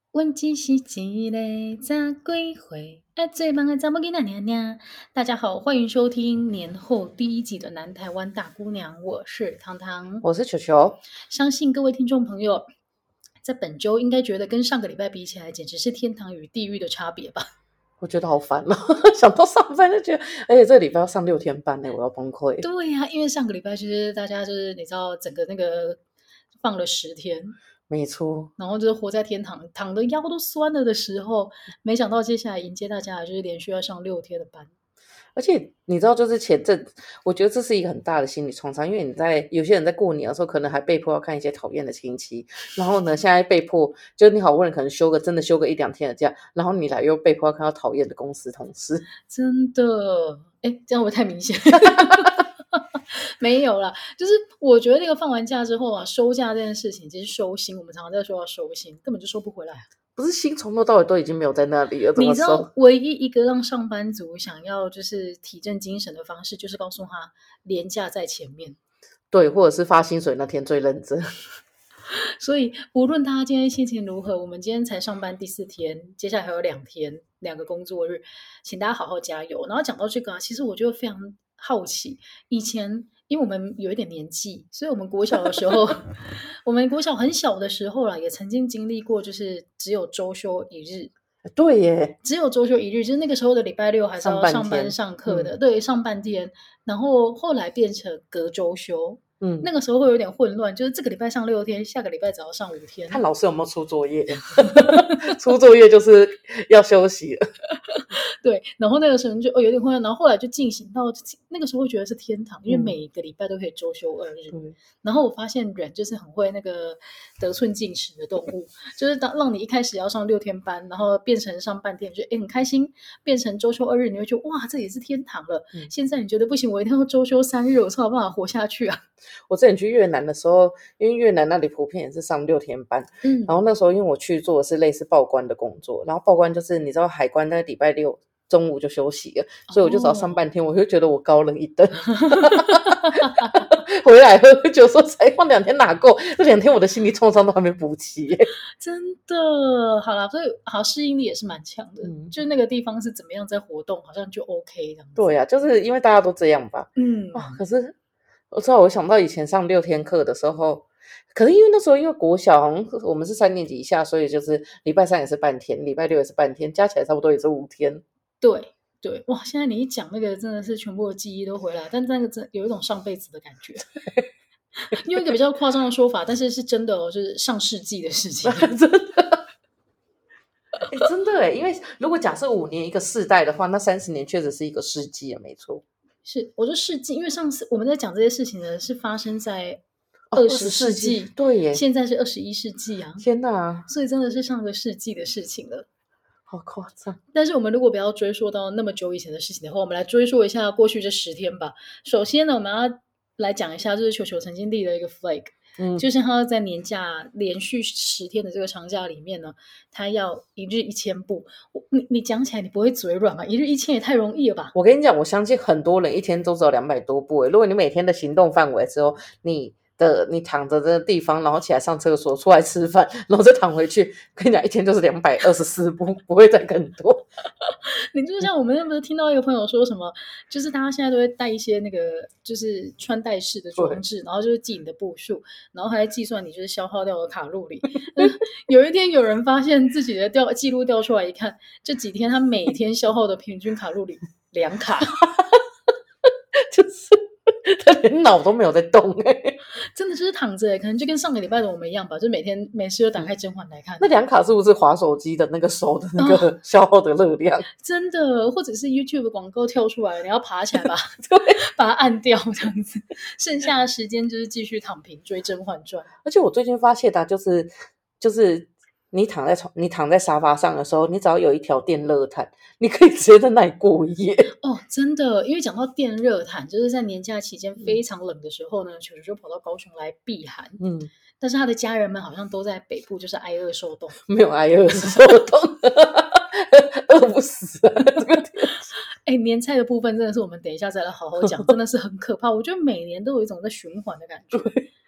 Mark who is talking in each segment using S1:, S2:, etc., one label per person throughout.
S1: 阮只是一个早几岁爱做梦的查某囡仔娘娘。大家好，欢迎收听年后第一集的南台湾大姑娘，我是糖糖，
S2: 我是球球。
S1: 相信各位听众朋友在本周应该觉得跟上个礼拜比起来，简直是天堂与地狱的差别吧？
S2: 我觉得好烦哦，想到上班就觉得，而且这个礼拜要上6天班呢，我要崩溃。
S1: 对呀、因为上个礼拜其实大家就是你知道整个那个放了10天。
S2: 没错，
S1: 然后就是活在天堂，躺的腰都酸了的时候，没想到接下来迎接大家的就是连续要上6天的班。
S2: 而且你知道，就是前阵，我觉得这是一个很大的心理创伤，因为有些人在过年的时候，可能还被迫要看一些讨厌的亲戚，然后呢，现在被迫，就你好不容易可能真的休个1-2天的假，然后你来又被迫要看到讨厌的公司同事，
S1: 真的，哎，这样会不会太明显？没有啦，就是我觉得那个放完假之后啊，收假这件事情，其实收心，我们常常在说要收心，根本就收不回来。
S2: 不是心从头到尾都已经没有在那里了，怎么
S1: 你知道，
S2: 收？
S1: 唯一一个让上班族想要就是提振精神的方式，就是告诉他连假在前面。
S2: 对，或者是发薪水那天最认真。
S1: 所以无论大家今天心情如何，我们今天才上班第4天，接下来还有2天，2个工作日，请大家好好加油。然后讲到这个啊，其实我就非常好奇，以前因为我们有一点年纪，所以我们国小的时候，我们国小很小的时候啦，也曾经经历过，就是只有周休一日。
S2: 对耶，
S1: 只有周休一日，就是那个时候的礼拜六还是要上班上课的，对，上半天。然后后来变成隔周休，那个时候会有点混乱，就是这个礼拜上6天，下个礼拜只要上5天。
S2: 看老师有没有出作业，出作业就是要休息了。
S1: 对，然后那个时候就有点混乱，然后后来就进行到那个时候会觉得是天堂，因为每个礼拜都可以周休2日。然后我发现人就是很会那个得寸进尺的动物，就是让你一开始要上6天班，然后变成上半天，就很开心，变成周休2日，你会觉得哇，这也是天堂了。现在你觉得不行，我一定要周休3日，我才有办法活下去啊。
S2: 我之前去越南的时候，因为越南那里普遍也是上6天班，然后那时候因为我去做的是类似报关的工作，然后报关就是你知道海关那个礼拜六中午就休息了，所以我就只要上半天，我就觉得我高人一等。回来后就觉得说才放2天哪够，这2天我的心理创伤都还没补齐耶。
S1: 真的，好啦，所以好适应力也是蛮强的，就那个地方是怎么样在活动，好像就 OK 这样子。
S2: 对呀，就是因为大家都这样吧。可是我知道，我想到以前上6天课的时候，可是因为那时候因为国小好像我们是3年级以下，所以就是礼拜3也是半天，礼拜6也是半天，加起来差不多也是5天。
S1: 对对，哇！现在你一讲那个，真的是全部的记忆都回来，但那个真有一种上辈子的感觉。用一个比较夸张的说法，但是是真的哦，就是上世纪的事情。
S2: 真的，真的因为如果假设5年一个世代的话，那30年确实是一个世纪啊，没错。
S1: 是，我说世纪，因为上次我们在讲这些事情呢，是发生在20世纪，
S2: 对耶，
S1: 现在是21世纪啊！
S2: 天哪，
S1: 所以真的是上个世纪的事情了。
S2: 好夸张！
S1: 但是我们如果不要追溯到那么久以前的事情的话，我们来追溯一下过去这10天吧。首先呢，我们要来讲一下，就是球球曾经立的一个 flag，就是他在年假连续10天的这个长假里面呢，他要1日1000步。你讲起来你不会嘴软吗？1日1000也太容易了吧？
S2: 我跟你讲，我相信很多人一天都只有200多步如果你每天的行动范围之后，你躺着的地方，然后起来上厕所，出来吃饭，然后再躺回去，跟你讲，一天就是224步，不会再更多。
S1: 你就像我们不是听到一个朋友说什么，就是大家现在都会带一些那个就是穿戴式的装置，然后就是记你的步数，然后还计算你就是消耗掉的卡路里。有一天有人发现自己的记录调出来一看，这几天他每天消耗的平均卡路里2卡。
S2: 就是他连脑都没有在动
S1: 真的就是躺着可能就跟上个礼拜的我们一样吧，就每天没事就打开甄嬛来看。
S2: 那2卡是不是滑手机的那个手的那个消耗的热量？
S1: 真的，或者是 YouTube 广告跳出来，你要爬起来把它按掉这样子，剩下的时间就是继续躺平追《甄嬛传》。
S2: 而且我最近发现就是你躺在沙发上的时候，你只要有一条电热毯，你可以直接在那里过夜
S1: 哦。真的，因为讲到电热毯，就是在年假期间非常冷的时候呢，球球就跑到高雄来避寒。但是他的家人们好像都在北部，就是挨饿受冻。
S2: 没有挨饿受冻，饿不死啊！这个天
S1: 年菜的部分真的是我们等一下再来好好讲，真的是很可怕。我觉得每年都有一种在循环的感觉。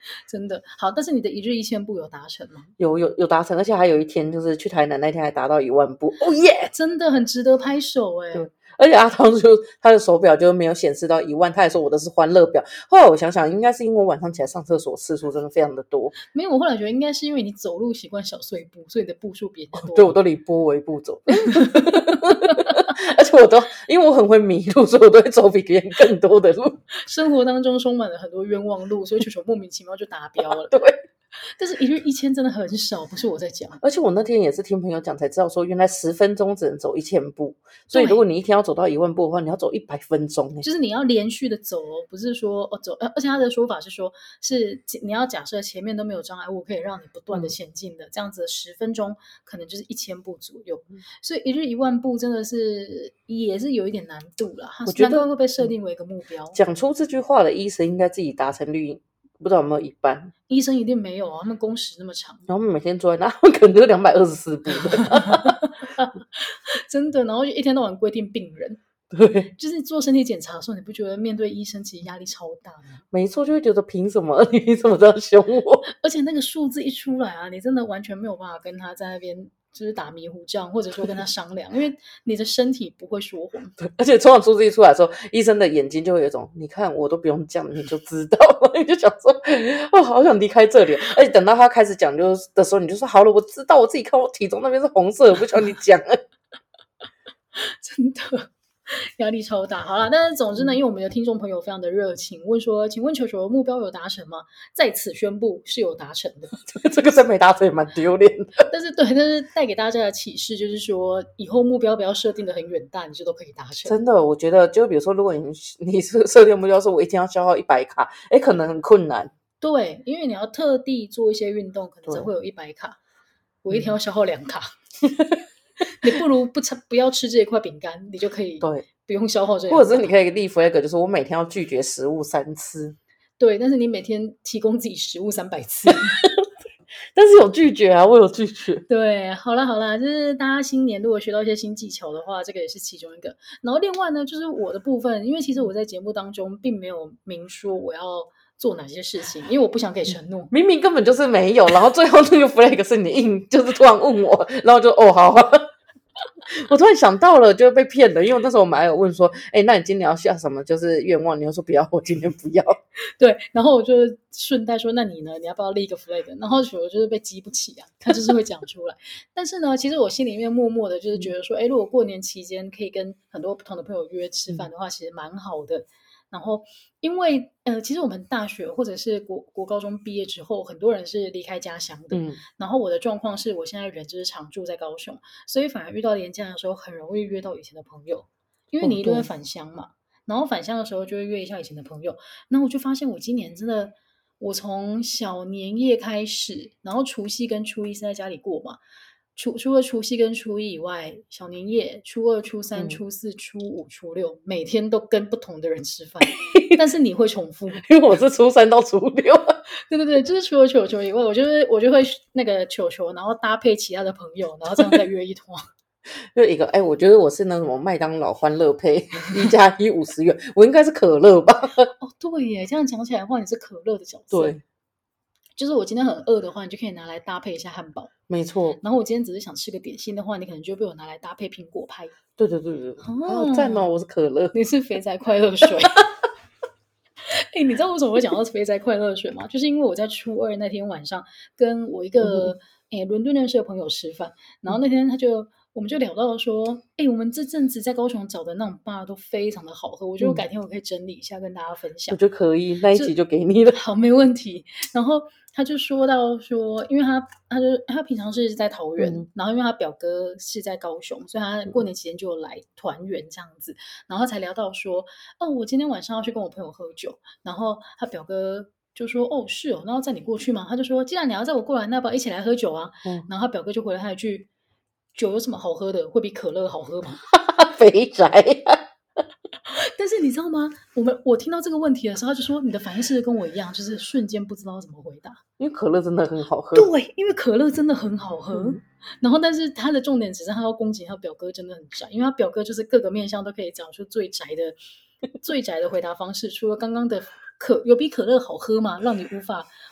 S1: 真的好。但是你的1日1000步有达成吗？
S2: 有达成，而且还有一天就是去台南那天还达到10000步，哦耶！
S1: 真的很值得拍手
S2: 对，而且阿汤就他的手表就没有显示到10000，他还说我的是欢乐表。后来我想想，应该是因为我晚上起来上厕所次数真的非常的多。
S1: 没有，我后来觉得应该是因为你走路习惯小碎步，所以你的步数比人家多。
S2: 对，我都以波为步走。而且因为我很会迷路，所以我都会走比别人更多的路。
S1: 生活当中充满了很多冤枉路，所以球球莫名其妙就达标了。
S2: 对，
S1: 但是1日1000真的很少，不是我在讲。
S2: 而且我那天也是听朋友讲才知道说，原来10分钟只能走1000步，所以如果你一天要走到10000步的话，你要走100分钟。
S1: 就是你要连续的走哦，不是说走，而且他的说法是说，是你要假设前面都没有障碍物可以让你不断的前进的，这样子10分钟可能就是1000步左右。所以1日10000步真的是也是有一点难度啦。
S2: 我觉得
S1: 会被设定为一个目标。
S2: 讲出这句话的医生应该自己达成率不知道有没有一半。
S1: 医生一定没有啊，他们工时那么长，
S2: 然后每天坐在那，他们可能就224步的。
S1: 真的，然后就一天到晚规定病人。
S2: 对，
S1: 就是做身体检查的时候，你不觉得面对医生其实压力超大吗？
S2: 没错，就会觉得凭什么你怎么这样凶我？
S1: 而且那个数字一出来啊，你真的完全没有办法跟他在那边就是打迷糊仗，或者说跟他商量，因为你的身体不会说谎。
S2: 对，而且通常数字一出来的时候，医生的眼睛就会有一种，你看我都不用讲，你就知道了，你就想说，哦，好想离开这里。而且等到他开始讲的时候，你就说好了，我知道，我自己看我体重那边是红色，我不需要你讲了。
S1: 真的。压力超大。好啦，但是总之呢，因为我们的听众朋友非常的热情，问说，请问球球的目标有达成吗？在此宣布是有达成的。
S2: 这个真没达成也蛮丢脸的。
S1: 但是带给大家的启示就是说，以后目标不要设定的很远大，你就都可以达成。
S2: 真的，我觉得就比如说，如果你是设定目标说我一天要消耗100卡，可能很困难。
S1: 对，因为你要特地做一些运动，可能才会有100卡。我一天要消耗2卡。你不如不要吃这一块饼干，你就可以不用消耗这。
S2: 或者是你可以立 flag，就是我每天要拒绝食物3次。
S1: 对，但是你每天提供自己食物300次。
S2: 但是有拒绝啊，我有拒绝。
S1: 对，好啦，就是大家新年如果学到一些新技巧的话，这个也是其中一个。然后另外呢，就是我的部分，因为其实我在节目当中并没有明说我要做哪些事情，因为我不想给承诺。
S2: 明明根本就是没有，然后最后那个 flag 是你就是突然问我，然后就好。我突然想到了，就被骗了，因为那时候我们还有问说，那你今年要下什么就是愿望？你又说不要，我今年不要。
S1: 对，然后我就顺带说，那你呢？你要不要立一个 flag？ 然后我就是被激不起啊，他就是会讲出来。但是呢，其实我心里面默默的就是觉得说，如果过年期间可以跟很多不同的朋友约吃饭的话，其实蛮好的。然后因为其实我们大学或者是国高中毕业之后，很多人是离开家乡的。然后我的状况是我现在人就是常住在高雄，所以反而遇到连假的时候很容易约到以前的朋友，因为你一定会返乡嘛。然后返乡的时候就会约一下以前的朋友。然后我就发现我今年真的，我从小年夜开始，然后除夕跟初一是在家里过嘛。除了除夕跟初一以外，小年夜、初二、初三、初四、初五、初六，每天都跟不同的人吃饭。但是你会重复，
S2: 因为我是初3到初6。
S1: 对，就是除了球球以外，我就会那个球球，然后搭配其他的朋友，然后这样再约一团。
S2: 就一个我觉得我是那种麦当劳欢乐配1+1 50元，我应该是可乐吧？
S1: 哦，对耶，这样讲起来的话，你是可乐的角色。对。就是我今天很饿的话，你就可以拿来搭配一下汉堡。
S2: 没错。
S1: 然后我今天只是想吃个点心的话，你可能就被我拿来搭配苹果派。
S2: 对。赞哦，我是可乐。
S1: 你是肥宅快乐水。你知道为什么会讲到肥宅快乐水吗？就是因为我在初二那天晚上跟我一个伦敦认识的朋友吃饭，然后那天我们就聊到说，我们这阵子在高雄找的那种bar都非常的好喝，我觉得改天我可以整理一下跟大家分享。
S2: 我觉得可以，那一集就给你了。
S1: 好，没问题。然后他就说到说，因为他平常是在桃园，然后因为他表哥是在高雄，所以他过年期间就来团圆这样子。然后才聊到说，我今天晚上要去跟我朋友喝酒，然后他表哥就说，是哦，然后载你过去吗？他就说，既然你要载我过来，那要不要一起来喝酒啊？然后他表哥就回了他一句，酒有什么好喝的？会比可乐好喝吗？
S2: 肥宅。
S1: 但是你知道吗？我听到这个问题的时候，他就说你的反应是跟我一样，就是瞬间不知道怎么回答。
S2: 因为可乐真的很好喝。
S1: 对，因为可乐真的很好喝。然后，但是他的重点只是他要攻击他表哥真的很宅，因为他表哥就是各个面向都可以讲出最宅的回答方式。除了刚刚的有比可乐好喝吗？让你无法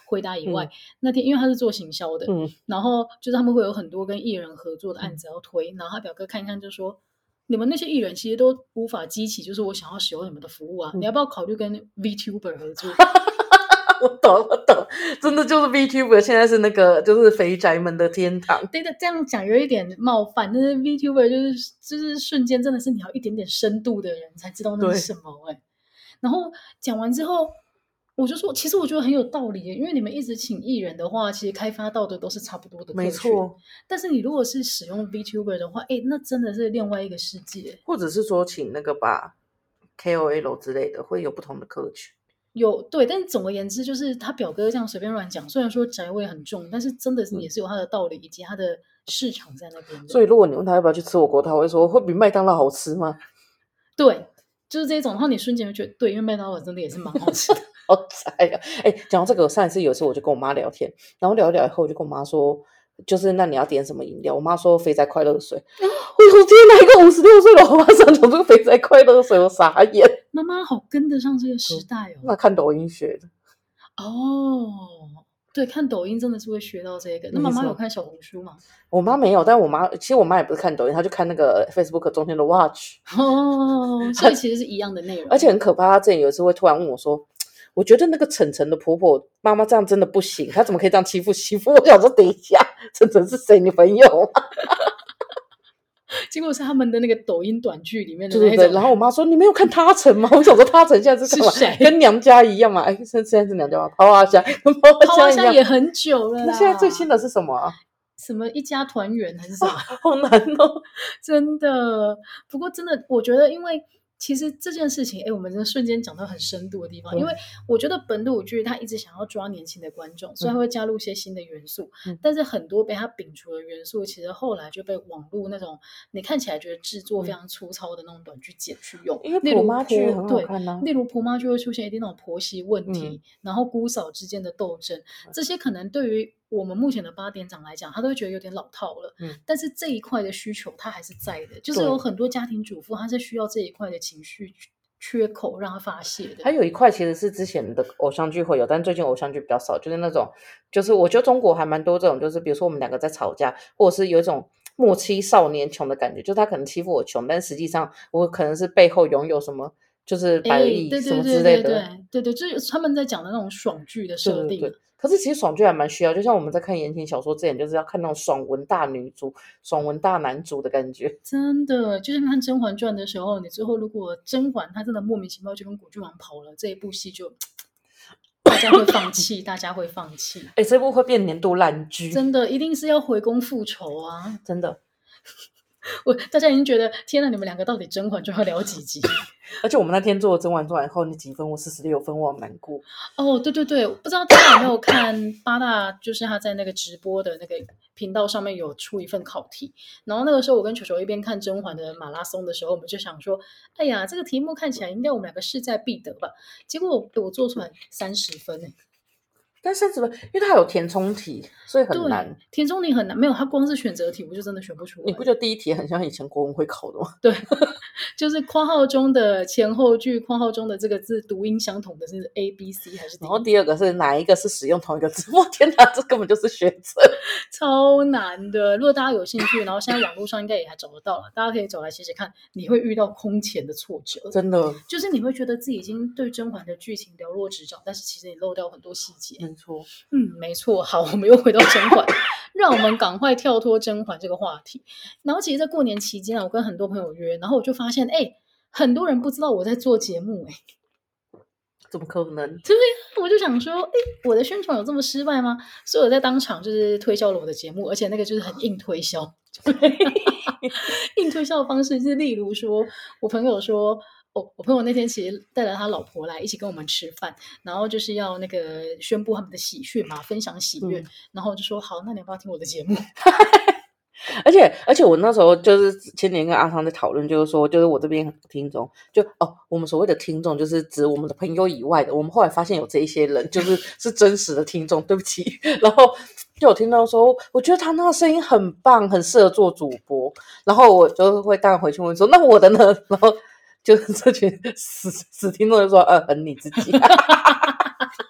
S1: 回答以外，那天因为他是做行销的，然后就是他们会有很多跟艺人合作的案子要推，然后他表哥看一看就说，你们那些艺人其实都无法激起就是我想要使用你们的服务啊，你要不要考虑跟 VTuber 合作？
S2: 我懂，真的就是 VTuber 现在是那个就是肥宅们的天堂。
S1: 对的，这样讲有一点冒犯，但是 VTuber 就是瞬间真的是你要一点点深度的人才知道那是什么然后讲完之后，我就说，其实我觉得很有道理，因为你们一直请艺人的话，其实开发到的都是差不多的客群，
S2: 没错。但
S1: 是你如果是使用 VTuber 的话，那真的是另外一个世界。
S2: 或者是说请那个吧 KOL 之类的，会有不同的客群。
S1: 有对，但总而言之，就是他表哥这样随便乱讲，虽然说宅味很重，但是真的也是有他的道理，以及他的市场在那边的。
S2: 所以如果你问他要不要去吃火锅，他会说会比麦当劳好吃吗？
S1: 对，就是这种。然后你瞬间就觉得对，因为麦当劳真的也是蛮好吃的。
S2: 好宅啊！讲到这个，上一次有一次我就跟我妈聊天，然后聊一聊以后，我就跟我妈说，就是那你要点什么饮料？我妈说肥宅快乐水。我说天哪，一个56岁的我妈上讲这个肥宅快乐水，我傻眼。
S1: 妈妈好跟得上这个时代
S2: 那看抖音学的。
S1: 对，看抖音真的是会学到这个。那妈妈有看小红书吗？
S2: 我妈没有，但其实我妈也不是看抖音，她就看那个 Facebook 中间的 Watch。
S1: 所以其实是一样的内容。
S2: 而且很可怕，她之前有一次会突然问我说，我觉得那个晨晨的婆婆妈妈这样真的不行，她怎么可以这样欺负媳妇？我想说等一下，晨晨是谁？你朋友吗？
S1: 结果是他们的那个抖音短剧里面的那种。
S2: 对，然后我妈说你没有看他城吗？我想说他城现在是干嘛？
S1: 是谁？
S2: 跟娘家一样嘛？现在是娘家吗？抛花香，跟
S1: 抛花香也很久了啦。
S2: 那现在最新的是什么啊？
S1: 什么一家团圆还是什么？
S2: 好难哦，
S1: 真的。不过真的，我觉得因为其实这件事情，我们真的瞬间讲到很深度的地方。因为我觉得本土剧它一直想要抓年轻的观众，所以它会加入一些新的元素。但是很多被它摒除的元素，其实后来就被网络那种你看起来觉得制作非常粗糙的那种短剧剪去用。
S2: 因为婆妈剧很好看啊。
S1: 例如婆妈就会出现一定那种婆媳问题，然后姑嫂之间的斗争，这些可能对于我们目前的8点档来讲，他都会觉得有点老套了。但是这一块的需求它还是在的，就是有很多家庭主妇他是需要这一块的情绪缺口让他发泄的。
S2: 还有一块其实是之前的偶像剧会有，但最近偶像剧比较少，就是那种就是我觉得中国还蛮多这种，就是比如说我们两个在吵架，或者是有一种莫欺少年穷的感觉，就是他可能欺负我穷，但实际上我可能是背后拥有什么就是百亿什么之类的。
S1: 对，就是他们在讲的那种爽剧的设定。
S2: 对，可是其实爽剧还蛮需要，就像我们在看言情小说之前，就是要看那种爽文大女主、爽文大男主的感觉。
S1: 真的，就像看《甄嬛传》的时候，你最后如果甄嬛她真的莫名其妙就跟果郡王跑了，这一部戏就大家会放弃，大家会放弃。
S2: 这部会变年度烂剧，
S1: 真的，一定是要回宫复仇啊！
S2: 真的。
S1: 大家已经觉得天哪，你们两个到底甄嬛就要聊几集？
S2: 而且我们那天做了甄嬛传以后，你几分？我46分，我好难过。
S1: 对，不知道大家有没有看八大，就是他在那个直播的那个频道上面有出一份考题，然后那个时候我跟球球一边看甄嬛的马拉松的时候，我们就想说，哎呀，这个题目看起来应该我们两个势在必得吧？结果我做出来30分
S2: 但30分，因为它有填充题，所以很难。
S1: 填充题很难，没有，它光是选择题我就真的选不出来。
S2: 你不觉得第一题很像以前国文会考的吗？
S1: 对，就是括号中的前后句，括号中的这个字读音相同的是 A、B、C 还是 D？
S2: 然后第二个是哪一个是使用同一个字？我天哪，这根本就是学测，
S1: 超难的。如果大家有兴趣，然后现在网络上应该也还找得到了，大家可以走来写写看，你会遇到空前的挫折。
S2: 真的，
S1: 就是你会觉得自己已经对甄嬛的剧情了若指掌，但是其实你漏掉很多细节。
S2: 没错，
S1: 没错。好，我们又回到甄嬛，让我们赶快跳脱甄嬛这个话题。然后其实在过年期间我跟很多朋友约，然后我就发现很多人不知道我在做节目
S2: 怎么可能？
S1: 对，我就想说我的宣传有这么失败吗？所以我在当场就是推销了我的节目，而且那个就是很硬推销。硬推销的方式是例如说我朋友说我朋友那天其实带了他老婆来一起跟我们吃饭，然后就是要那个宣布他们的喜讯嘛，分享喜悦，然后我就说好，那你要不要听我的节目？
S2: 而且我那时候就是前年跟阿汤在讨论，就是说，就是我这边听众，我们所谓的听众就是指我们的朋友以外的，我们后来发现有这一些人，是真实的听众，对不起。然后就有听到说，我觉得他那个声音很棒，很适合做主播。然后我就会当然回去问说，那我的呢？然后就是这群死听众就说，你自己。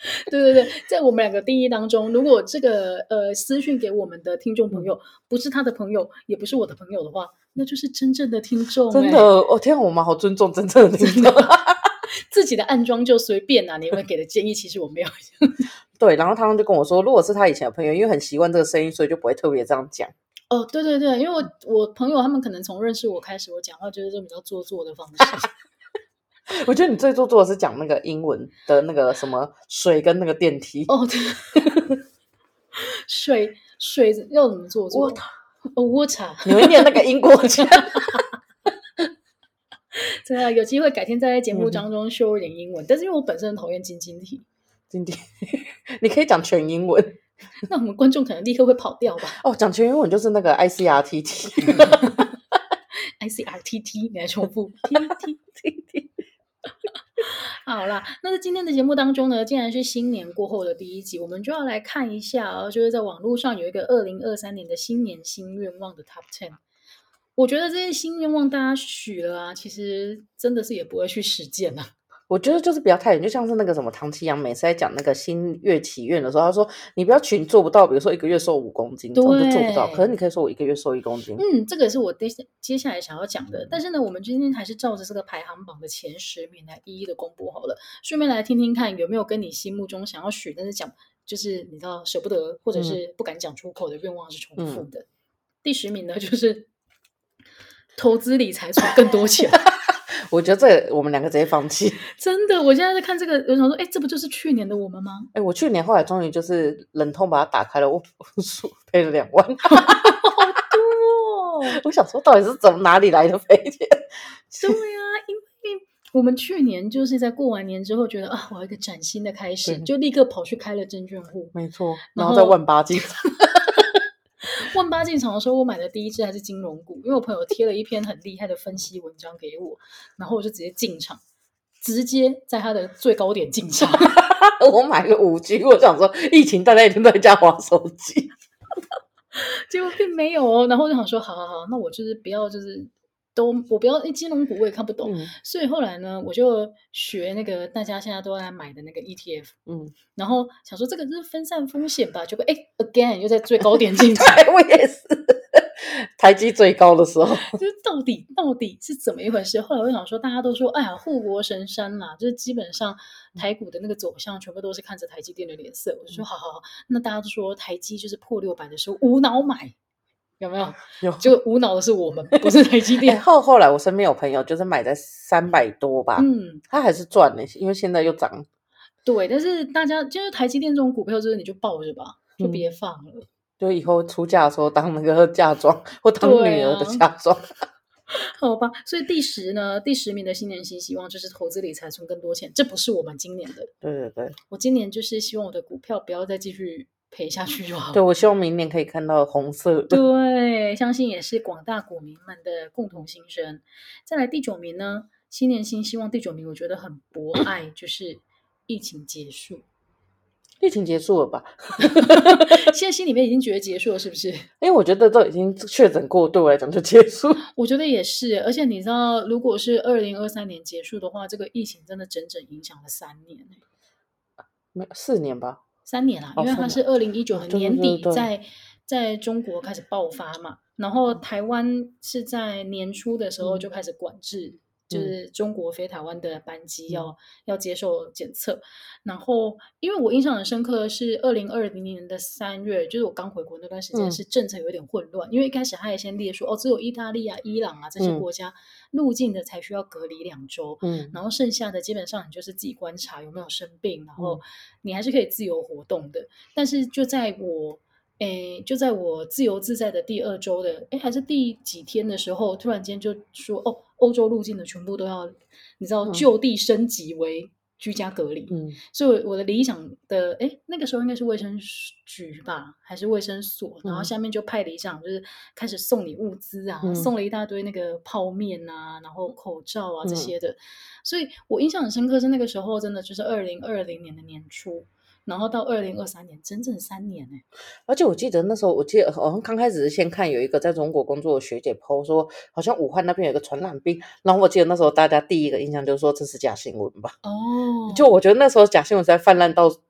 S1: 对对对，在我们两个定义当中，如果这个私讯给我们的听众朋友不是他的朋友，也不是我的朋友的话，那就是真正的听众。
S2: 真的，天啊，我们好尊重真正的听众。
S1: 自己的暗装就随便啊，你们给的建议其实我没有。
S2: 对，然后他们就跟我说，如果是他以前的朋友，因为很习惯这个声音，所以就不会特别这样讲。
S1: 哦，对对对，因为我朋友他们可能从认识我开始，我讲话就是这种比较做作的方式。
S2: 我觉得你最做作的是讲那个英文的那个什么水跟那个电梯。
S1: 哦，对，水要怎么做作？哦，water。
S2: 你会念那个英国腔。
S1: 真的有机会改天再在节目当中修一点英文，但是因为我本身很讨厌晶晶体。
S2: 晶晶，你可以讲全英文。
S1: 那我们观众可能立刻会跑掉吧？
S2: 哦，讲全英文就是那个 ICRTT。
S1: ICRTT， 你来重复。TT。好啦，那在今天的节目当中呢，既然是新年过后的第一集，我们就要来看一下就是在网络上有一个2023年的新年新愿望的 Top 10。我觉得这些新愿望大家许了啊，其实真的是也不会去实践啊。
S2: 我觉得就是不要太远，就像是那个什么唐奇阳每次在讲那个新月祈愿的时候，他说你不要许你做不到，比如说1个月瘦5公斤，这样就做不到。可是你可以说我1个月瘦1公斤。
S1: 这个是我接下来想要讲的。但是呢，我们今天还是照着这个排行榜的前10名来一一的公布好了，顺便来听听看有没有跟你心目中想要许但是讲就是你知道舍不得或者是不敢讲出口的愿望是重复的。第10名呢，就是投资理财存更多钱。
S2: 我觉得这我们两个直接放弃。
S1: 真的，我现在在看这个，我想说，这不就是去年的我们吗？
S2: 我去年后来终于就是忍痛把它打开了，我赔了2万。
S1: 好多哦！
S2: 我想说，到底是怎么哪里来的赔钱？
S1: 对啊，因为我们去年就是在过完年之后，觉得我有一个崭新的开始，就立刻跑去开了证券户。
S2: 没错，然后再18000进。
S1: 18000进场的时候，我买的第一支还是金融股，因为我朋友贴了一篇很厉害的分析文章给我，然后我就直接进场，直接在它的最高点进场。
S2: 我买了5G，我想说疫情大家一天都在家滑手机。
S1: 结果并没有哦，然后我就想说好，那我就是不要就是我不要金融股我也看不懂，所以后来呢我就学那个大家现在都在买的那个 ETF，然后想说这个是分散风险吧，结果again 又在最高点进场。
S2: 我也是，台积最高的时候，
S1: 就是到底是怎么一回事？后来我想说，大家都说护国神山啦，就是基本上台股的那个走向全部都是看着台积电的脸色。我就说好，那大家都说台积就是破600的时候无脑买。有没有？
S2: 有，
S1: 就无脑的是我们，不是台积电。
S2: 后来我身边有朋友就是买在300多吧，他还是赚了，因为现在又涨。
S1: 对，但是大家就是台积电这种股票，就是你就抱着吧，就别放了。
S2: 就以后出嫁的时候当那个嫁妆，或当女儿的嫁妆。
S1: 好吧，所以第10名的新年新希望就是投资理财存更多钱，这不是我们今年的。
S2: 对，
S1: 我今年就是希望我的股票不要再继续赔下去就好。
S2: 对，我希望明年可以看到红色的。
S1: 对，相信也是广大股民们的共同心声。再来第9名呢，新年新希望第9名我觉得很博爱，就是疫情结束。
S2: 疫情结束了吧？
S1: 现在心里面已经觉得结束了，是不是？
S2: 因为我觉得都已经确诊过，对我来讲就结束。
S1: 我觉得也是，而且你知道，如果是2023年结束的话，这个疫情真的整整影响了3年。
S2: 没有4年吧
S1: ？3年啦，因为它是2019年年底在中国开始爆发嘛，然后台湾是在年初的时候就开始管制。就是中国飞台湾的班机要接受检测，然后因为我印象很深刻的是2020年的3月，就是我刚回国那段时间，是政策有点混乱，因为一开始他也先列说只有意大利啊、伊朗啊这些国家入境的才需要隔离2周，然后剩下的基本上你就是自己观察有没有生病，然后你还是可以自由活动的。但是就在我自由自在的第2周的还是第几天的时候，突然间就说欧洲入境的全部都要你知道就地升级为居家隔离。所以我的理想的那个时候应该是卫生局吧还是卫生所，然后下面就派理想就是开始送你物资啊，送了一大堆那个泡面啊，然后口罩啊这些的。所以我印象很深刻是那个时候真的就是2020年的年初，然后到2023年整整3年。
S2: 而且我记得那时候好像刚开始是先看有一个在中国工作的学姐 po 说好像武汉那边有一个传染病，然后我记得那时候大家第一个印象就是说这是假新闻吧。就我觉得那时候假新闻实在泛滥到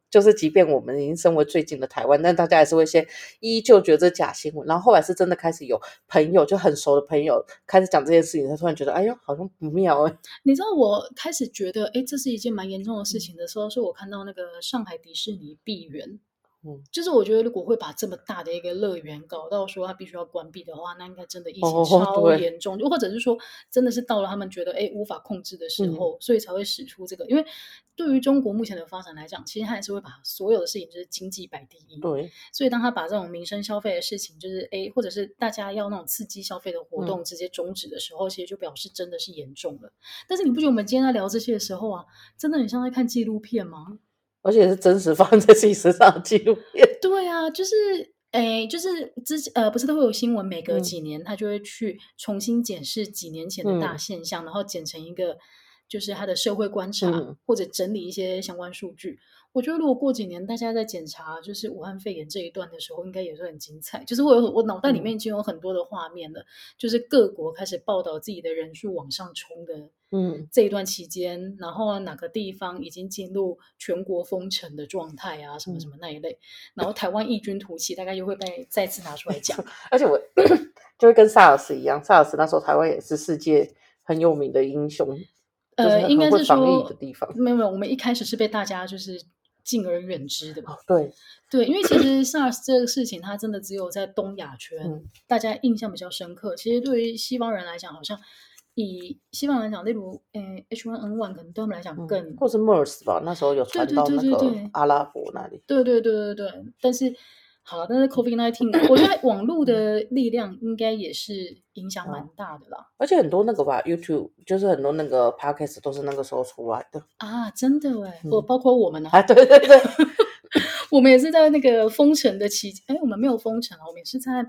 S2: 就是即便我们已经身为最近的台湾，但大家还是会先依旧觉得这假新闻，然后后来是真的开始有朋友，就很熟的朋友开始讲这件事情，他突然觉得哎呦好像不妙
S1: 你知道我开始觉得这是一件蛮严重的事情的时候，是我看到那个上海迪士尼闭园。就是我觉得如果会把这么大的一个乐园搞到说它必须要关闭的话，那应该真的疫情超严重，或者是说真的是到了他们觉得无法控制的时候，所以才会使出这个。因为对于中国目前的发展来讲，其实他还是会把所有的事情就是经济摆第一。
S2: 对，
S1: 所以当他把这种民生消费的事情，就是或者是大家要那种刺激消费的活动直接终止的时候，其实就表示真的是严重了。但是你不觉得我们今天在聊这些的时候啊，真的很像在看纪录片吗？
S2: 而且是真实发生在自己身上的纪录片。
S1: 对啊，就是就是之前不是都会有新闻，每隔几年他就会去重新检视几年前的大现象，然后剪成一个就是他的社会观察，或者整理一些相关数据。我觉得如果过几年大家在检查就是武汉肺炎这一段的时候，应该也是很精彩。就是我脑袋里面已经有很多的画面了，就是各国开始报道自己的人数往上冲的这一段期间，然后哪个地方已经进入全国封城的状态啊，什么什么那一类，然后台湾异军突起，大概又会被再次拿出来讲。
S2: 而且我就会跟SARS一样，SARS那时候台湾也是世界很有名的英雄，
S1: 应该是说
S2: 防疫的地方。
S1: 没有，我们一开始是被大家就是敬而远之的。
S2: 对，
S1: 因为其实 SARS 这个事情，它真的只有在东亚圈大家印象比较深刻。其实对于西方人来讲，好像以西方人来讲，例如H1N1 可能对他们来讲更，
S2: 或是 MERS 吧，那时候有传到那个阿拉伯那里。
S1: 对，但是COVID-19 我觉得网络的力量应该也是影响蛮大的啦。
S2: 而且很多那个吧 YouTube 就是很多那个 Podcast 都是那个时候出来的
S1: 啊，真的包括我们
S2: 啊，对
S1: 我们也是在那个封城的期间，我们没有封城，我们也是在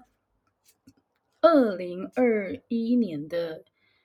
S1: 2021年的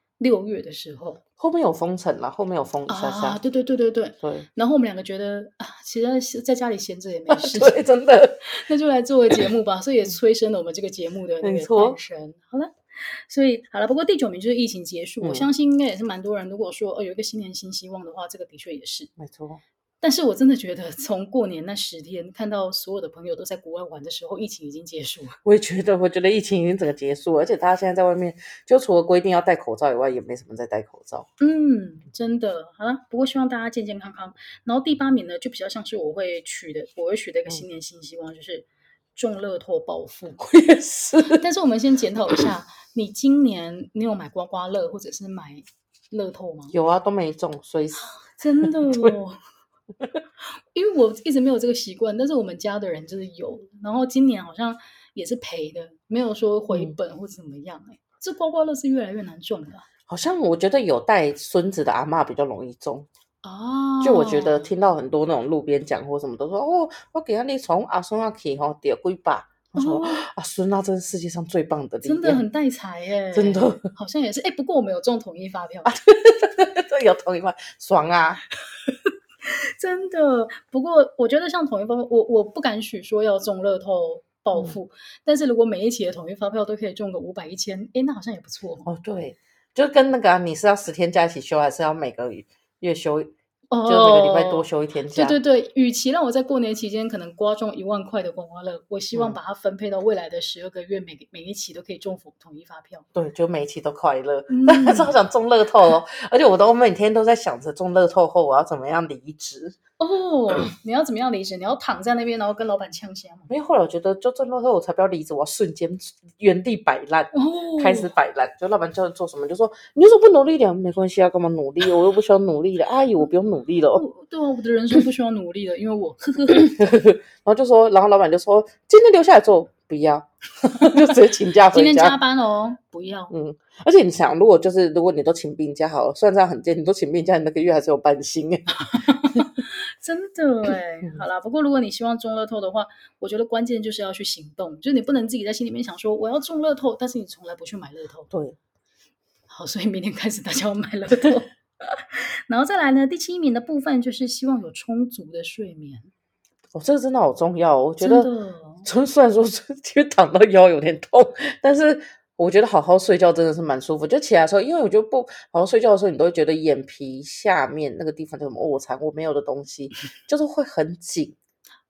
S1: 6月的时候，
S2: 后面有封城了，后面有封一下下。
S1: 对。然后我们两个觉得其实在家里闲着也没事，
S2: 对，真的，
S1: 那就来做个节目吧，所以也催生了我们这个节目的那个诞生。好了，所以好了，不过第9名就是疫情结束，我相信应该也是蛮多人，如果说有一个新年新希望的话，这个的确也是
S2: 没错。
S1: 但是我真的觉得从过年那10天看到所有的朋友都在国外玩的时候，疫情已经结束了。
S2: 我觉得疫情已经整个结束了，而且大家现在在外面就除了规定要戴口罩以外，也没什么在戴口罩。
S1: 真的。好了，不过希望大家健健康康。然后第8名呢，就比较像是我会取的一个新年新希望，就是中乐透暴富。
S2: 我也是。
S1: 但是我们先检讨一下，你今年你有买刮刮乐或者是买乐透吗？
S2: 有啊，都没中，衰死。
S1: 真的因为我一直没有这个习惯，但是我们家的人就是有，然后今年好像也是赔的，没有说回本或怎么样。这刮刮乐是越来越难中的。
S2: 好像我觉得有带孙子的阿嬷比较容易中。就我觉得听到很多那种路边讲或什么都说我给他从阿孙去得几百。我说阿孙那真是世界上最棒的力量，
S1: 真的很带财耶，
S2: 真的
S1: 好像也是。不过我们有中统一发票
S2: 有统一发爽啊
S1: 真的。不过我觉得像统一发票，我不敢许说要中乐透暴富，但是如果每一期的统一发票都可以中个500、1000，那好像也不错
S2: 对，就跟那个你是要10天假一起休，还是要每个月休，就每个礼拜多休1天假。
S1: 对，与其让我在过年期间可能刮中1万块的刮刮乐，我希望把它分配到未来的12个月，每一期都可以中统一发票。
S2: 对，就每一期都快乐。但是好想中乐透而且我都每天都在想着中乐透后我要怎么样离职。
S1: 你要怎么样离职？你要躺在那边然后跟老板呛虾吗？
S2: 因为后来我觉得就中乐透我才不要离职，我要瞬间原地摆烂开始摆烂。就老板叫你做什么就说你为什么不努力一点？没关系啊，干嘛努力？我又不需要努力了。阿姨我不用努力了
S1: 对啊，我的人生不需要努力了，因为我
S2: 然后老板就说今天留下来做不要就直接请假回家。
S1: 今天加班不要。
S2: 而且你想如果你都请病假好了，虽然这样很贱，你都请病假，你那个月还是有半薪
S1: 真的好啦，不过如果你希望中乐透的话，我觉得关键就是要去行动，就是你不能自己在心里面想说我要中乐透，但是你从来不去买乐透。
S2: 对，
S1: 好，所以明天开始大家要买乐透然后再来呢，第7名的部分就是希望有充足的睡眠。
S2: 这个真的好重要我觉得虽然说因为躺到腰有点痛，但是我觉得好好睡觉真的是蛮舒服。就起来的时候，因为我觉得不好好睡觉的时候，你都会觉得眼皮下面那个地方叫什么卧蚕我没有的东西就是会很紧，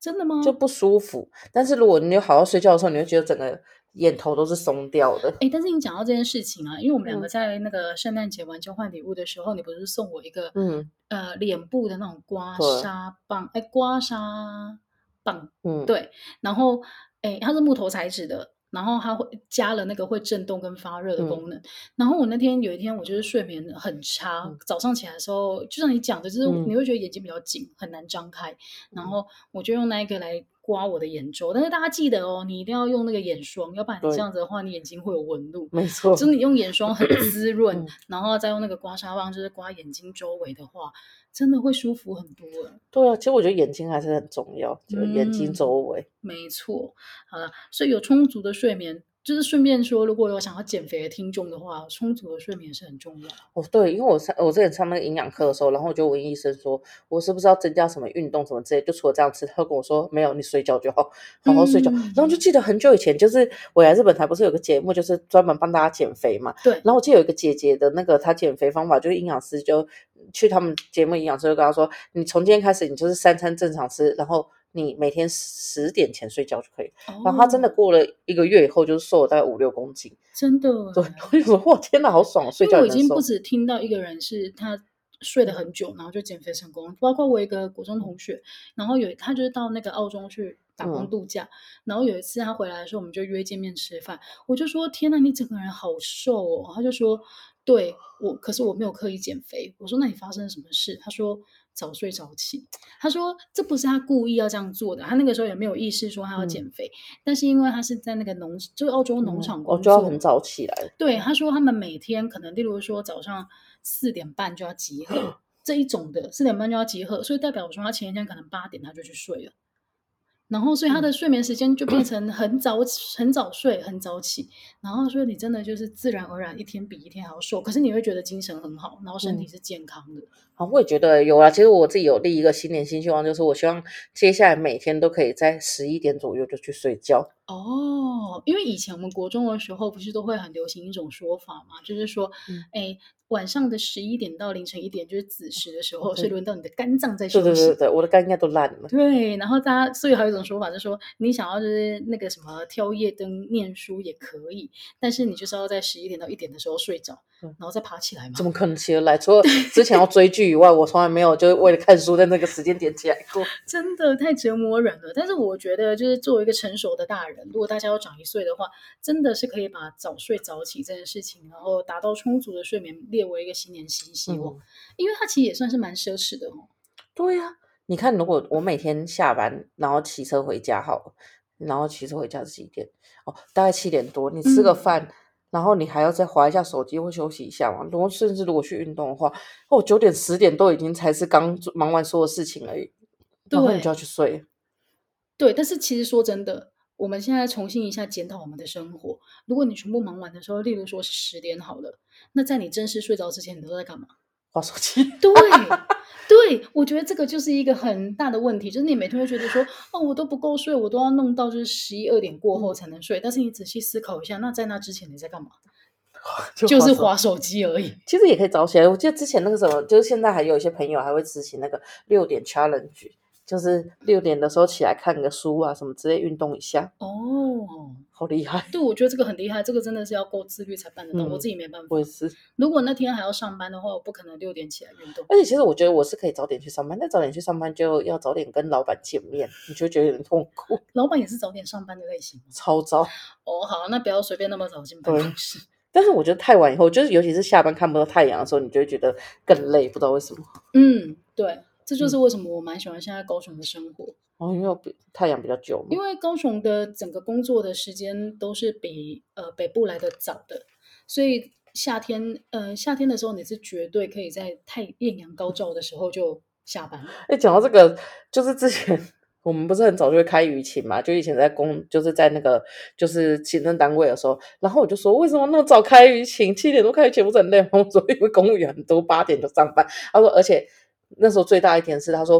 S1: 真的吗？
S2: 就不舒服。但是如果你有好好睡觉的时候，你会觉得整个眼头都是松掉的。
S1: 但是你讲到这件事情啊，因为我们两个在那个圣诞节玩交换礼物的时候，你不是送我一个脸部的那种刮痧棒，刮痧棒，对，然后它是木头材质的，然后它会加了那个会震动跟发热的功能。然后我那天有一天我就是睡眠很差，早上起来的时候，就像你讲的，就是你会觉得眼睛比较紧，很难张开，然后我就用那一个来刮我的眼周。但是大家记得哦，你一定要用那个眼霜，要不然你这样子的话，你眼睛会有纹路。
S2: 没错，
S1: 就是你用眼霜很滋润，然后再用那个刮痧棒，就是刮眼睛周围的话，真的会舒服很多。
S2: 对啊，其实我觉得眼睛还是很重要，就是眼睛周围。
S1: 没错，好了，所以有充足的睡眠，就是顺便说，如果有想要减肥的听众的话，充足的睡眠是很重要。
S2: 对，因为我之前上那个营养课的时候，然后我就问医生说，我是不是要增加什么运动什么之类，就除了这样吃，他跟我说没有，你睡觉就好，好好睡觉。然后就记得很久以前，就是我来日本台不是有个节目，就是专门帮大家减肥嘛。
S1: 对。
S2: 然后我记得有一个姐姐的那个她减肥方法，就是营养师就去他们节目，营养师就跟她说，你从今天开始，你就是3餐正常吃，然后你每天10点前睡觉就可以。然后她真的过了1个月以后，就是瘦了大概5-6公斤。
S1: 真的。
S2: 对，我就说哇，天哪，好爽，睡觉也能瘦。
S1: 因为我已经不止听到一个人是他睡了很久，然后就减肥成功。包括我一个国中同学，然后他就是到那个澳洲去打工度假，然后有一次他回来的时候，我们就约见面吃饭。我就说天哪，你整个人好瘦哦。他就说对，可是我没有刻意减肥。我说那你发生了什么事？他说早睡早起。他说这不是他故意要这样做的，他那个时候也没有意识说他要减肥，但是因为他是在那个就是澳洲农场工作，
S2: 就要很早起来。
S1: 对，他说他们每天可能例如说早上4点半就要集合这一种的，4点半就要集合，所以代表说他前一天可能8点他就去睡了。然后所以他的睡眠时间就变成很早睡很早起，然后说你真的就是自然而然一天比一天还要瘦，可是你会觉得精神很好，然后身体是健康的。
S2: 好，我也觉得有啦。其实我自己有立一个新年新希望，就是我希望接下来每天都可以在11点左右就去睡觉。
S1: 因为以前我们国中的时候不是都会很流行一种说法嘛，就是说晚上的11点到凌晨1点就是子时的时候，是轮到你的肝脏在休息。
S2: 对，我的肝应该都烂了。
S1: 对，然后所以还有一种说法是说，你想要就是那个什么挑夜灯念书也可以，但是你就是要在11点到1点的时候睡着，然后再爬起来嘛。
S2: 怎么可能起得来？除了之前要追剧以外，我从来没有就是为了看书在那个时间点起来过。
S1: 真的太折磨人了。但是我觉得就是作为一个成熟的大人，如果大家要长1岁的话，真的是可以把早睡早起这件事情，然后达到充足的睡眠列为一个新年新希望，因为它其实也算是蛮奢侈的哦。
S2: 对呀，你看如果我每天下班然后骑车回家好了，然后骑车回家是几点？大概7点多，你吃个饭，然后你还要再滑一下手机或休息一下嘛。甚至如果去运动的话，9点10点都已经才是刚忙完所有事情而已，然后你就要去睡。
S1: 对，但是其实说真的，我们现在重新一下检讨我们的生活。如果你全部忙完的时候，例如说是10点好了，那在你正式睡着之前，你都在干嘛？
S2: 滑手机。
S1: 对，我觉得这个就是一个很大的问题，就是你每天会觉得说，我都不够睡，我都要弄到就是11、2点过后才能睡。但是你仔细思考一下，那在那之前你在干嘛？就是滑手机而已。
S2: 其实也可以早起来。我记得之前那个什么，就是现在还有一些朋友还会执行那个6点 challenge， 就是6点的时候起来看个书啊什么之类，运动一下。好厉害。
S1: 对，我觉得这个很厉害，这个真的是要够自律才办得到，我自己没办法。
S2: 我也是。
S1: 如果那天还要上班的话，我不可能6点起来运动。
S2: 而且其实我觉得我是可以早点去上班，但早点去上班就要早点跟老板见面，你就觉得有点痛苦。
S1: 老板也是早点上班的类型吗？
S2: 超早。
S1: 好，那不要随便那么早进办公室。
S2: 但是我觉得太晚以后，就是尤其是下班看不到太阳的时候，你就会觉得更累，不知道为什么。
S1: 对，这就是为什么我蛮喜欢现在高雄的生活。
S2: 因为太阳比较久嘛。
S1: 因为高雄的整个工作的时间都是比北部来的早的，所以夏天的时候你是绝对可以在艳阳高照的时候就下班。
S2: 讲到这个，就是之前我们不是很早就会开舆情嘛，就以前就是在那个就是行政单位的时候，然后我就说为什么那么早开舆情，7点多开舆情不是很累吗？我说因为公务员很多8点就上班。他说而且那时候最大一点是他说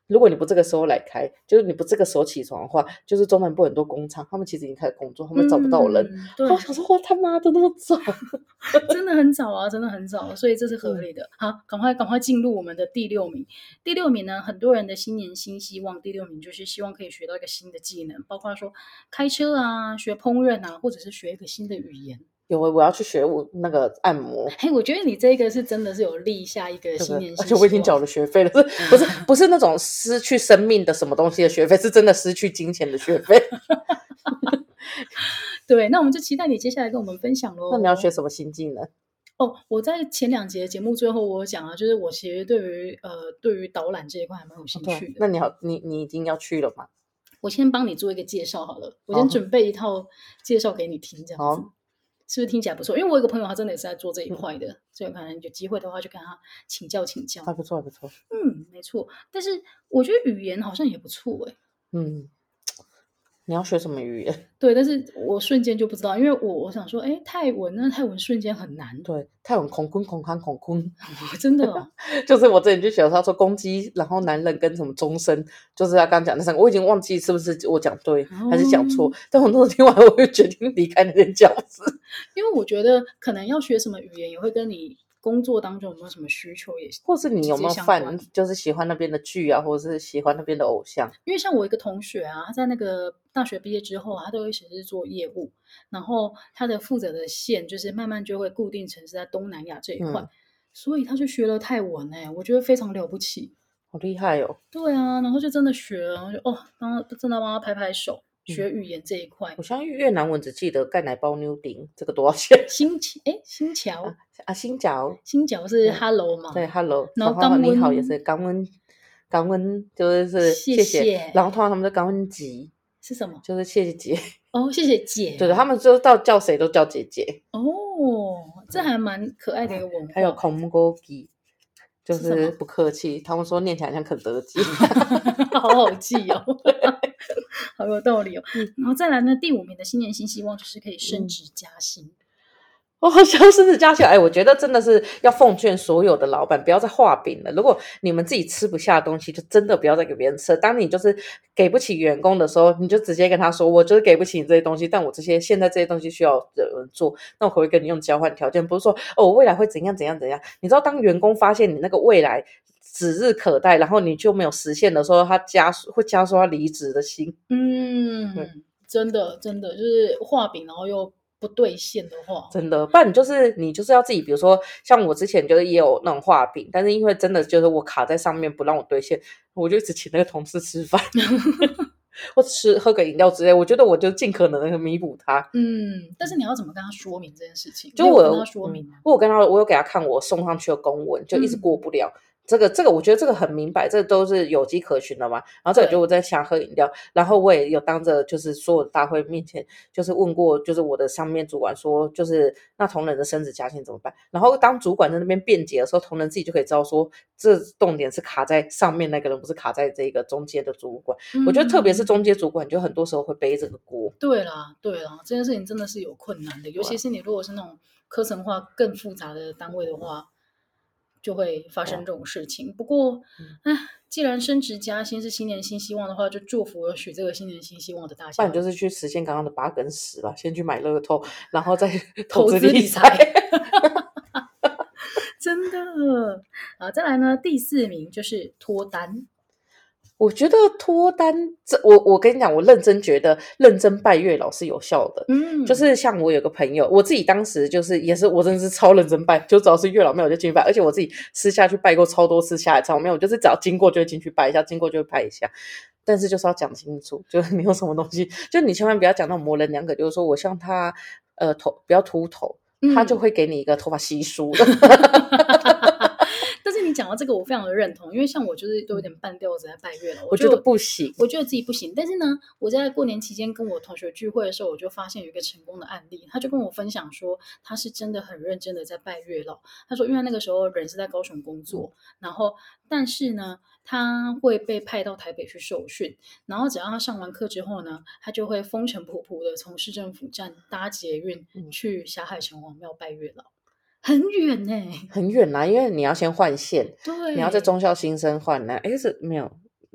S2: 如果你不这个时候来开，就是你不这个时候起床的话，就是中南部很多工厂，他们其实已经开始工作，他们找不到人。
S1: 对，
S2: 我想说，我他妈的那么早，
S1: 真的很早啊，真的很早，所以这是合理的。好，赶快进入我们的第6名。第6名呢，很多人的新年新希望，第6名就是希望可以学到一个新的技能，包括说开车啊、学烹饪啊，或者是学一个新的语言。
S2: 有我要去学那个按摩。
S1: 嘿，我觉得你这个是真的是有立下一个新年新希望，
S2: 而且我已经缴了学费了，不是那种失去生命的什么东西的学费，是真的失去金钱的学费。
S1: 对，那我们就期待你接下来跟我们分享咯。
S2: 那你要学什么新技能？
S1: 我在前2节节目最后我有讲啊，就是我其实对于导览这一块还蛮有兴趣的。
S2: 那你已经要去了吗？
S1: 我先帮你做一个介绍好了，我先准备一套介绍给你听，这样子。是不是听起来不错？因为我有个朋友，他真的也是在做这一块的，所以可能有机会的话，就跟他请教。
S2: 还不错，不错。
S1: 没错。但是我觉得语言好像也不错
S2: 你要学什么语言？
S1: 对，但是我瞬间就不知道，因为我想说，泰文瞬间很难。
S2: 对，泰文孔坤，
S1: 真的哦。
S2: 就是我之前去学的时候，他说公鸡，然后男人跟什么终身，就是他刚讲那3个，我已经忘记是不是我讲对还是讲错，但我那时候听完，我就决定离开那间教室。
S1: 因为我觉得可能要学什么语言，也会跟你工作当中有没有什么需求，也
S2: 或是你有没有就是喜欢那边的剧啊，或者是喜欢那边的偶像。
S1: 因为像我一个同学啊，他在那个大学毕业之后，他都一直是做业务，然后他的负责的线就是慢慢就会固定成是在东南亚这一块，所以他就学了泰文我觉得非常了不起，
S2: 好厉害哦。
S1: 对啊，然后就真的学了，然后就真的帮他拍拍手。学语言这一块，
S2: 我相信越南文只记得盖奶包妞丁这个多少钱？
S1: 新桥新桥是 hello 嘛？
S2: 对 hello，
S1: 然后
S2: 你好也是感恩就是谢谢，然后通常他们就感恩吉
S1: 是什么？
S2: 就是谢谢姐
S1: 谢谢姐。
S2: 对，他们就叫谁都叫姐姐
S1: 这还蛮可爱的一个文化。
S2: 还有孔哥吉就是不客气，他们说念起来像肯德基。
S1: 好好记哦。好有道理哦。然后再来呢，第5名的新年新希望就是可以升职加薪。
S2: 好想升职加薪。我觉得真的是要奉劝所有的老板不要再画饼了。如果你们自己吃不下的东西，就真的不要再给别人吃。当你就是给不起员工的时候，你就直接跟他说，我就是给不起你这些东西，但我现在这些东西需要有人做，那我可不可以跟你用交换条件？不是说我未来会怎样怎样怎样。你知道当员工发现你那个未来指日可待，然后你就没有实现的时候，他会加速他离职的心。
S1: 真的就是画饼然后又不兑现的话，
S2: 真的，不然你就是要自己，比如说像我之前就是也有那种画饼，但是因为真的就是我卡在上面不让我兑现，我就一直请那个同事吃饭或喝个饮料之类，我觉得我就尽可能的弥补他。
S1: 但是你要怎么跟他说明这件事情？
S2: 就我
S1: 跟他说明
S2: 我有给他看我送上去的公文，就一直过不了。这个我觉得这个很明白，这都是有迹可循的嘛。然后这个就我在想喝饮料，然后我也有当着就是所有的大会面前，就是问过就是我的上面主管说，就是那同仁的升职加薪怎么办？然后当主管在那边辩解的时候，同仁自己就可以知道说，这重点是卡在上面那个人，不是卡在这个中间的主管。我觉得特别是中间主管，就很多时候会背这个锅。
S1: 对啦，这件事情真的是有困难的，尤其是你如果是那种科层化更复杂的单位的话。就会发生这种事情。不过，既然升职加薪是新年新希望的话，就祝福了许这个新年新希望的大家。
S2: 不然就是去实现刚刚的8跟10吧，先去买乐透，然后再
S1: 投资理财。真的再来呢，第4名就是脱单。
S2: 我觉得脱单，我跟你讲，我认真觉得认真拜月老是有效的。就是像我有个朋友，我自己当时就是也是我真的是超认真拜，就只要是月老庙我就进去拜，而且我自己私下去拜过超多次下来超没有，我就是只要经过就会进去拜一下，经过就会拜一下。但是就是要讲清楚，就是你有什么东西，就你千万不要讲那种模棱两可，就是说我像他头不要秃头，他就会给你一个头发稀疏的。
S1: 但是你讲到这个我非常的认同，因为像我就是都有点半吊子在拜月老，
S2: 我觉得不行，
S1: 我觉得自己不行。但是呢，我在过年期间跟我同学聚会的时候，我就发现有一个成功的案例，他就跟我分享说他是真的很认真的在拜月老。他说因为那个时候人是在高雄工作，然后但是呢他会被派到台北去受训，然后只要他上完课之后呢，他就会风尘仆仆的从市政府站搭捷运去霞海城隍庙拜月老。很远
S2: 很远因为你要先换线，
S1: 对，
S2: 你要在忠孝新生换是没有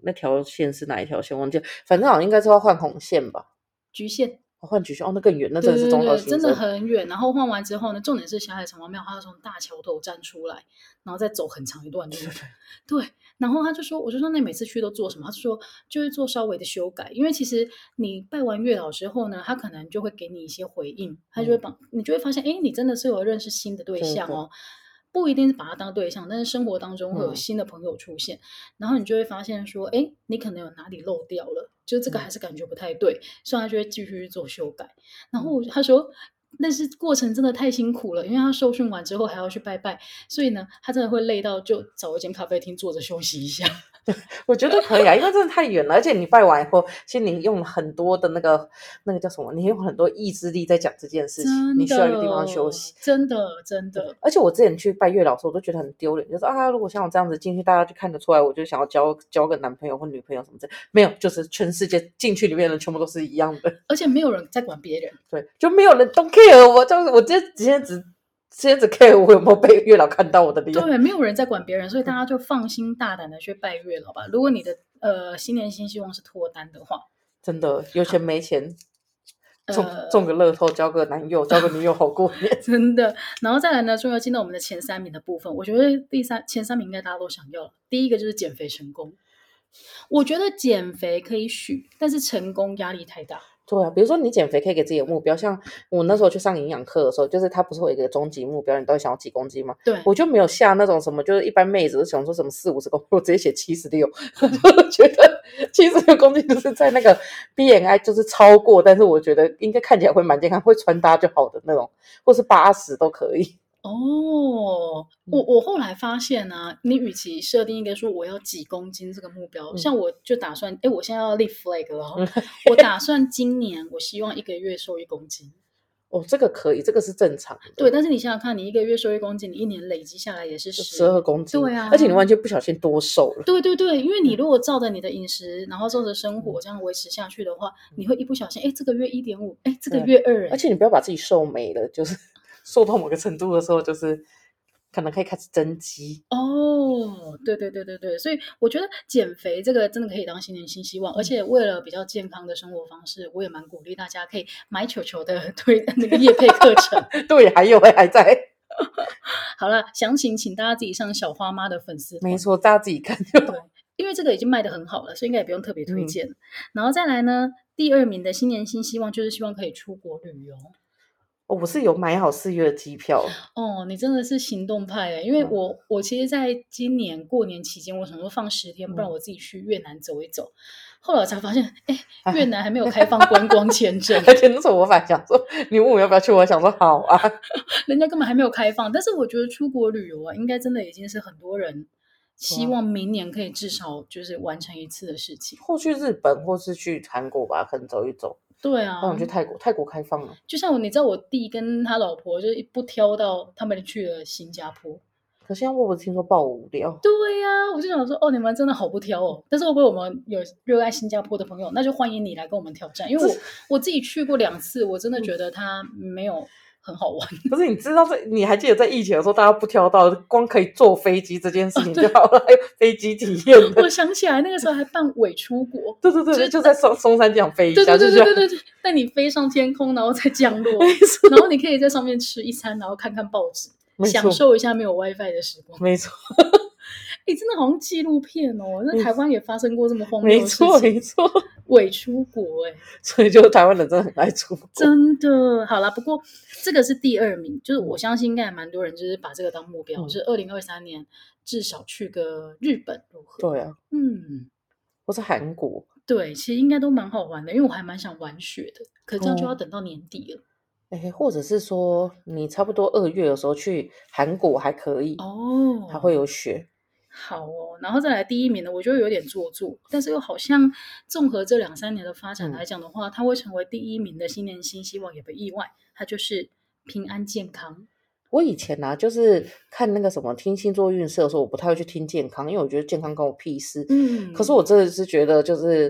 S2: 那条线是哪一条线忘记了，反正好像应该是要换红线吧，
S1: 橘线。
S2: 换橘线那更远，那真的是中小型车，
S1: 真的很远。然后换完之后呢，重点是霞海城隍庙，他要从大桥头站出来，然后再走很长一段路。对，然后他就说，我就说那你每次去都做什么？他就说就会做稍微的修改，因为其实你拜完月老之后呢，他可能就会给你一些回应，他就会你就会发现，你真的是有认识新的对象哦。不一定是把他当对象，但是生活当中会有新的朋友出现，然后你就会发现说，你可能有哪里漏掉了，就这个还是感觉不太对，所以他就会继续做修改。然后他说，但是过程真的太辛苦了，因为他受训完之后还要去拜拜，所以呢，他真的会累到就找一间咖啡厅坐着休息一下。
S2: 我觉得可以啊，因为真的太远了，而且你拜完以后，其实你用了很多的那个叫什么？你用很多意志力在讲这件事情，你需要一个地方休息。
S1: 真的。
S2: 而且我之前去拜月老的时候，我都觉得很丢脸，就是如果像我这样子进去，大家就看得出来，我就想要交个男朋友或女朋友什么之类，没有，就是全世界进去里面的人全部都是一样的，
S1: 而且没有人在管别人，
S2: 对，就没有人 don't care 我，就是我今天只 care 我有没有被月老看到我的脸，
S1: 对，没有人在管别人，所以大家就放心大胆的去拜月老吧。如果你的新年新希望是脱单的话，
S2: 真的有钱没钱。中个乐透，交个男友，交个女友，好过年。
S1: 真的。然后再来呢，终于要进到我们的前3名的部分。我觉得前3名应该大家都想要了。第一个就是减肥成功。我觉得减肥可以许，但是成功压力太大。
S2: 对啊，比如说你减肥可以给自己的目标，像我那时候去上营养课的时候，就是他不是有一个终极目标，你到底想要几公斤吗？
S1: 对，
S2: 我就没有下那种什么，就是一般妹子都想说什么40-50公斤，我直接写76，我觉得76公斤就是在那个 BMI 就是超过，但是我觉得应该看起来会蛮健康，会穿搭就好的那种，或是80都可以。
S1: 我后来发现啊，你与其设定一个说我要几公斤这个目标，像我就打算，我现在要立 flag 了，我打算今年我希望1个月瘦1公斤。
S2: 这个可以，这个是正常的。
S1: 对，但是你想想看，你1个月瘦1公斤，你1年累积下来也是
S2: 12公斤。
S1: 对啊，
S2: 而且你完全不小心多瘦了。
S1: 对，因为你如果照着你的饮食，然后照着生活这样维持下去的话，你会一不小心，这个月1.5，这个月2，
S2: 而且你不要把自己瘦没了，就是瘦到某个程度的时候，就是可能可以开始增肌。
S1: 对，所以我觉得减肥这个真的可以当新年新希望，而且为了比较健康的生活方式，我也蛮鼓励大家可以买球球的那个业配课程。
S2: 对，还在。
S1: 好了，详情请大家自己上小花妈的粉丝团。
S2: 没错，大家自己看就好。
S1: 对，因为这个已经卖得很好了，所以应该也不用特别推荐。然后再来呢，第2名的新年新希望就是希望可以出国旅游。
S2: 我是有买好4月的机票。
S1: 你真的是行动派因为我其实在今年过年期间，我想说放10天，不然我自己去越南走一走。后来我才发现，越南还没有开放观光签证。
S2: 而且那时候我反正想说，你问我要不要去，我想说好啊，
S1: 人家根本还没有开放。但是我觉得出国旅游应该真的已经是很多人希望明年可以至少就是完成一次的事情。
S2: 或去日本，或是去韩国吧，可能走一走。
S1: 对啊，
S2: 我想去泰国开放了。
S1: 就像你知道我弟跟他老婆就是不挑到他们去了新加坡。
S2: 可现在我不是听说爆无聊。
S1: 对呀，我就想说你们真的好不挑哦。但是会不会我们有热爱新加坡的朋友，那就欢迎你来跟我们挑战。因为我自己去过2次，我真的觉得它没有很好玩。
S2: 不是，你知道你还记得在疫情的时候，大家不挑到光可以坐飞机这件事情就好了，还有飞机体验的。
S1: 我想起来那个时候还办伪出国。
S2: 对，就在松山这样飞一下。
S1: 对，带你飞上天空，然后再降落，然后你可以在上面吃一餐，然后看看报纸，享受一下没有 WiFi 的时光。
S2: 没错。
S1: 真的好像纪录片那台湾也发生过这么荒谬的事情。
S2: 没错，
S1: 伪出国
S2: 所以就台湾人真的很爱出国。
S1: 真的。好啦，不过这个是第2名，就是我相信应该蛮多人就是把这个当目标，就是2023年至少去个日本如何？
S2: 对啊，或是韩国。
S1: 对，其实应该都蛮好玩的，因为我还蛮想玩雪的，可这样就要等到年底了。
S2: 或者是说你差不多2月的时候去韩国还可以还会有雪。
S1: 好然后再来第1名呢，我觉得有点做作，但是又好像综合这2-3年的发展来讲的话，它会成为第1名的新年新希望也不意外，它就是平安健康。
S2: 我以前就是看那个什么听星座运势的时候，我不太会去听健康，因为我觉得健康跟我屁事。可是我真的是觉得就是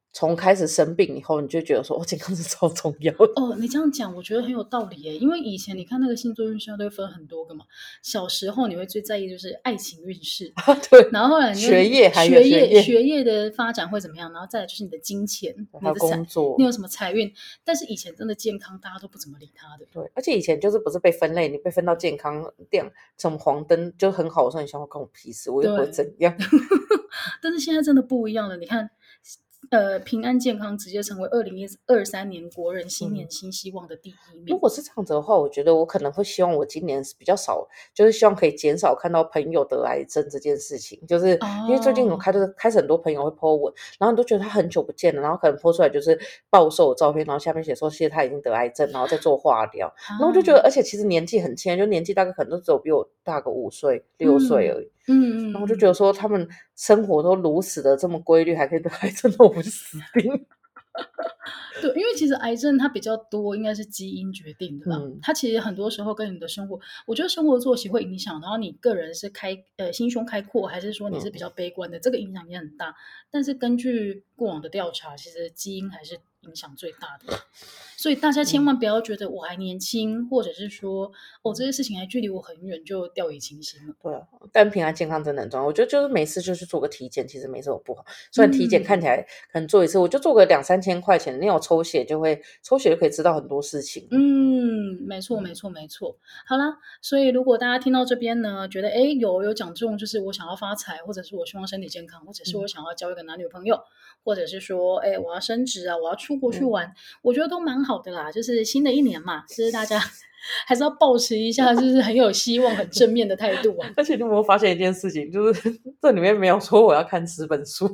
S2: 从开始生病以后，你就觉得说健康是超重要的。
S1: 你这样讲我觉得很有道理耶，因为以前你看那个星座运势都会分很多个嘛，小时候你会最在意就是爱情运势
S2: 对，
S1: 然后后来
S2: 学业还有
S1: 学业的发展会怎么样，然后再来就是你的金钱，你的
S2: 工作，
S1: 你有什么财运，但是以前真的健康大家都不怎么理他的。
S2: 对，而且以前就是不是被分类，你被分到健康亮什么黄灯就很好，我说你想要跟我屁事，我又不会怎样。
S1: 但是现在真的不一样了，你看平安健康直接成为2023年国人新年新希望的第一名。
S2: 如果是这样子的话，我觉得我可能会希望我今年是比较少，就是希望可以减少看到朋友得癌症这件事情，就是因为最近我开始很多朋友会 po 文，然后你都觉得他很久不见了，然后可能 po 出来就是暴瘦的照片，然后下面写说谢谢他已经得癌症，然后在做化疗，然后我就觉得而且其实年纪很轻，就年纪大概可能都只有比我大个5岁6岁而已。然后我就觉得说他们生活都如此的这么规律，还可以得癌症，那我不是死定。
S1: 对，因为其实癌症它比较多应该是基因决定的啦，它其实很多时候跟你的生活，我觉得生活作息会影响，然后你个人是心胸开阔，还是说你是比较悲观的，这个影响也很大。但是根据过往的调查，其实基因还是影响最大的。所以大家千万不要觉得我还年轻，或者是说这些事情还距离我很远就掉以轻心了。
S2: 对啊，但平安健康真的很重要。我觉得就是每次就去做个体检，其实没什么不好。虽然体检看起来可能做一次，我就做个2-3千块钱，那种抽血就可以知道很多事情。
S1: 没错没错没错。好啦，所以如果大家听到这边呢，觉得有讲中，就是我想要发财，或者是我希望身体健康，或者是我想要交一个男女朋友，或者是说我要升职啊，我要出国去玩，我觉得都蛮好的啦。就是新的一年嘛，就是大家还是要抱持一下就是很有希望很正面的态度啊。
S2: 而且你有没有发现一件事情，就是这里面没有说我要看10本书。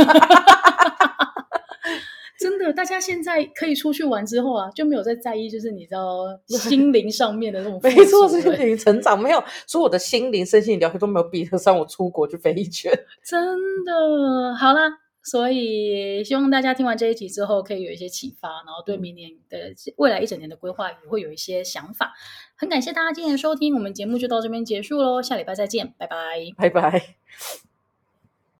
S1: 真的，大家现在可以出去玩之后啊，就没有再在意就是你知道心灵上面的那种付出。
S2: 没错，心灵成长没有说我的心灵身心疗愈都没有比得上我出国去飞一圈。
S1: 真的。好啦，所以希望大家听完这一集之后可以有一些启发，然后对明年的未来一整年的规划也会有一些想法。很感谢大家今天的收听，我们节目就到这边结束咯，下礼拜再见，拜拜。
S2: 拜拜。